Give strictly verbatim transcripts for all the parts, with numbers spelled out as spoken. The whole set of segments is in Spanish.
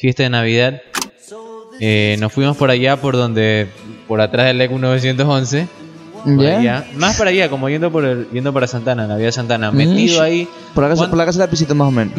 fiesta de Navidad. Eh, nos fuimos por allá, por donde, por atrás del E C U novecientos once. Por ¿Ya? allá. Más para allá, como yendo por el, yendo para Santana, la vía Santana. Metido Mm, ahí. Por la casa, ¿cuán- por la casa de lapicito más o menos.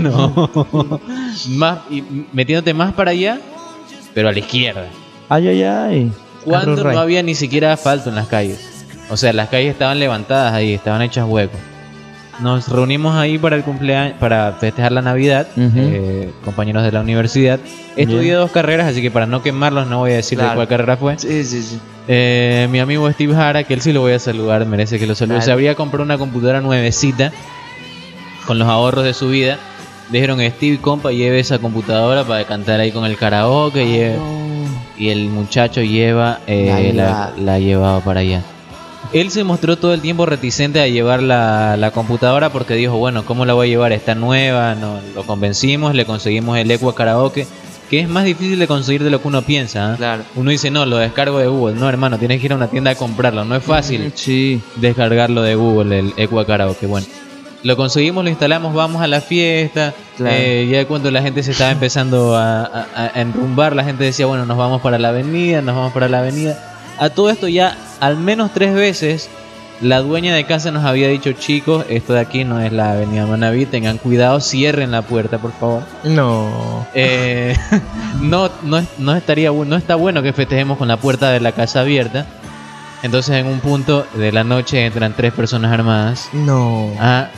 No. Más, y metiéndote más para allá, pero a la izquierda. Ay, ay, ay. Cuando Carlos Ray. no había ni siquiera asfalto en las calles. O sea, las calles estaban levantadas ahí, estaban hechas huecos. Nos reunimos ahí para el cumpleaños, para festejar la Navidad, Ujú. eh, compañeros de la universidad. Estudié Bien. dos carreras, así que para no quemarlos no voy a decir de Claro. cuál carrera fue. Sí, sí, sí. Eh, mi amigo Steve Jara, que él sí lo voy a saludar, merece que lo salude. Claro. Se habría comprado una computadora nuevecita con los ahorros de su vida. Dijeron, Steve, compa, lleve esa computadora para cantar ahí con el karaoke. lleve- Y el muchacho lleva eh, La la, la ha llevado para allá. Él se mostró todo el tiempo reticente a llevar la, la computadora porque dijo, bueno, ¿cómo la voy a llevar? Está nueva. No, lo convencimos, le conseguimos el Equa Karaoke, que es más difícil de conseguir de lo que uno piensa. ¿eh? Claro. Uno dice, no, lo descargo de Google. No, hermano, tienes que ir a una tienda a comprarlo. No es fácil Sí. descargarlo de Google, el Equa Karaoke. Bueno, lo conseguimos, lo instalamos, vamos a la fiesta. Claro. Eh, ya cuando la gente se estaba empezando a, a- a enrumbar, la gente decía, bueno, nos vamos para la avenida, nos vamos para la avenida. A todo esto ya al menos tres veces la dueña de casa nos había dicho, chicos, esto de aquí no es la avenida Manaví, tengan cuidado, cierren la puerta, por favor. No. Eh, no, no, es- no estaría bu- no está bueno que festejemos con la puerta de la casa abierta. Entonces en un punto de la noche entran tres personas armadas No. a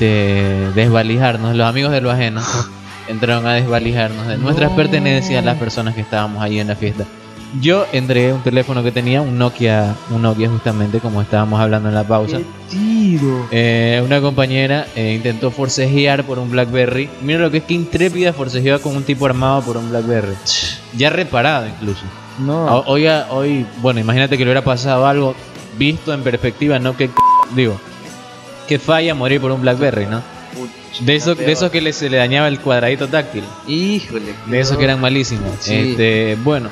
este desvalijarnos. Los amigos de lo ajeno entraron a desvalijarnos de nuestras No. pertenencias, las personas que estábamos allí en la fiesta. Yo entregué un teléfono que tenía, un Nokia, un Nokia justamente, como estábamos hablando en la pausa. ¡Qué tiro! Eh, una compañera eh, intentó forcejear por un BlackBerry. Mira lo que es que intrépida forcejeó con un tipo armado por un BlackBerry. Ya reparado incluso. No. O- Oiga, hoy, bueno, imagínate que le hubiera pasado algo visto en perspectiva, no que digo, que falla morir por un BlackBerry, ¿no? De esos de esos que le, se le dañaba el cuadradito táctil, Híjole. de esos que eran malísimos. Sí. Este, bueno,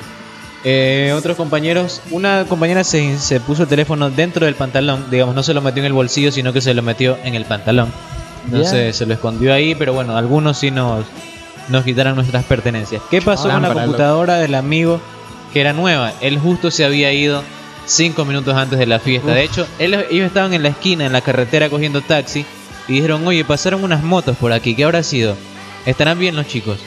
eh, otros compañeros, una compañera se, se puso el teléfono dentro del pantalón, digamos, no se lo metió en el bolsillo, sino que se lo metió en el pantalón. Entonces se lo escondió ahí, pero bueno, algunos sí nos, nos quitaron nuestras pertenencias. ¿Qué pasó con la Lámpara, computadora del amigo que era nueva? Él justo se había ido cinco minutos antes de la fiesta. De hecho, él- ellos estaban en la esquina, en la carretera, cogiendo taxi. Y dijeron, oye, pasaron unas motos por aquí. ¿Qué habrá sido? ¿Estarán bien los chicos?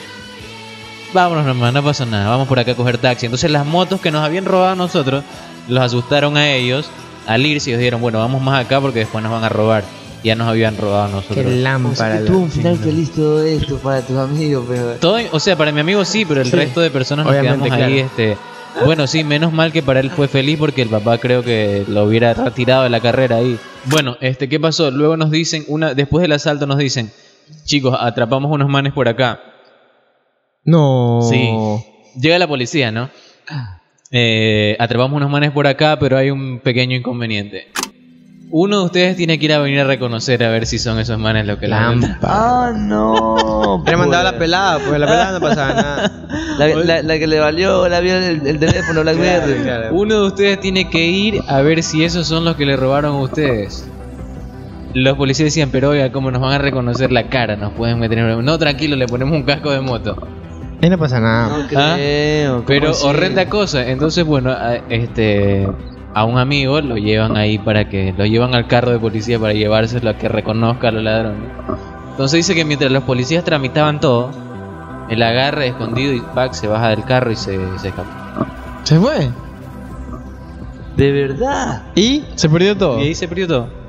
Vámonos nomás, no pasa nada. Vamos por acá a coger taxi. Entonces las motos que nos habían robado a nosotros, los asustaron a ellos. Al irse ellos dijeron, bueno, vamos más acá porque después nos van a robar. Ya nos habían robado a nosotros. Qué O sea, lámpara. que tuvo un la final chingada. feliz todo esto para tus amigos, pero... Todo, o sea, para mi amigo sí, pero el Sí. resto de personas nos Obviamente, quedamos ahí, claro. este... Bueno, sí, menos mal que para él fue feliz porque el papá creo que lo hubiera retirado de la carrera ahí. Bueno, este, ¿qué pasó? Luego nos dicen, una, después del asalto nos dicen, chicos, atrapamos unos manes por acá. No. Sí. Llega la policía, ¿no? Eh, atrapamos unos manes por acá, pero hay un pequeño inconveniente. Uno de ustedes tiene que ir a venir a reconocer a ver si son esos manes los que la Lámpara. ¡Ah, no! Le mandaba pues. la pelada, pues la pelada no pasaba nada. La, la- la que le valió la vida el, el teléfono BlackBerry. Claro. Uno de ustedes tiene que ir a ver si esos son los que le robaron a ustedes. Los policías decían, pero oiga, ¿cómo nos van a reconocer la cara? Nos pueden meter en un... No, tranquilo, le ponemos un casco de moto. Ahí no pasa nada. No creo. ¿cómo Pero así? horrenda cosa. Entonces, bueno, a, este, a un amigo lo llevan ahí para que... Lo llevan al carro de policía para llevárselo a que reconozca a los ladrones. Entonces dice que mientras los policías tramitaban todo, él agarra escondido y pack, se baja del carro y se, se escapa. ¿Se fue? ¿De verdad? ¿Y? ¿Se perdió todo? Y ahí se perdió todo.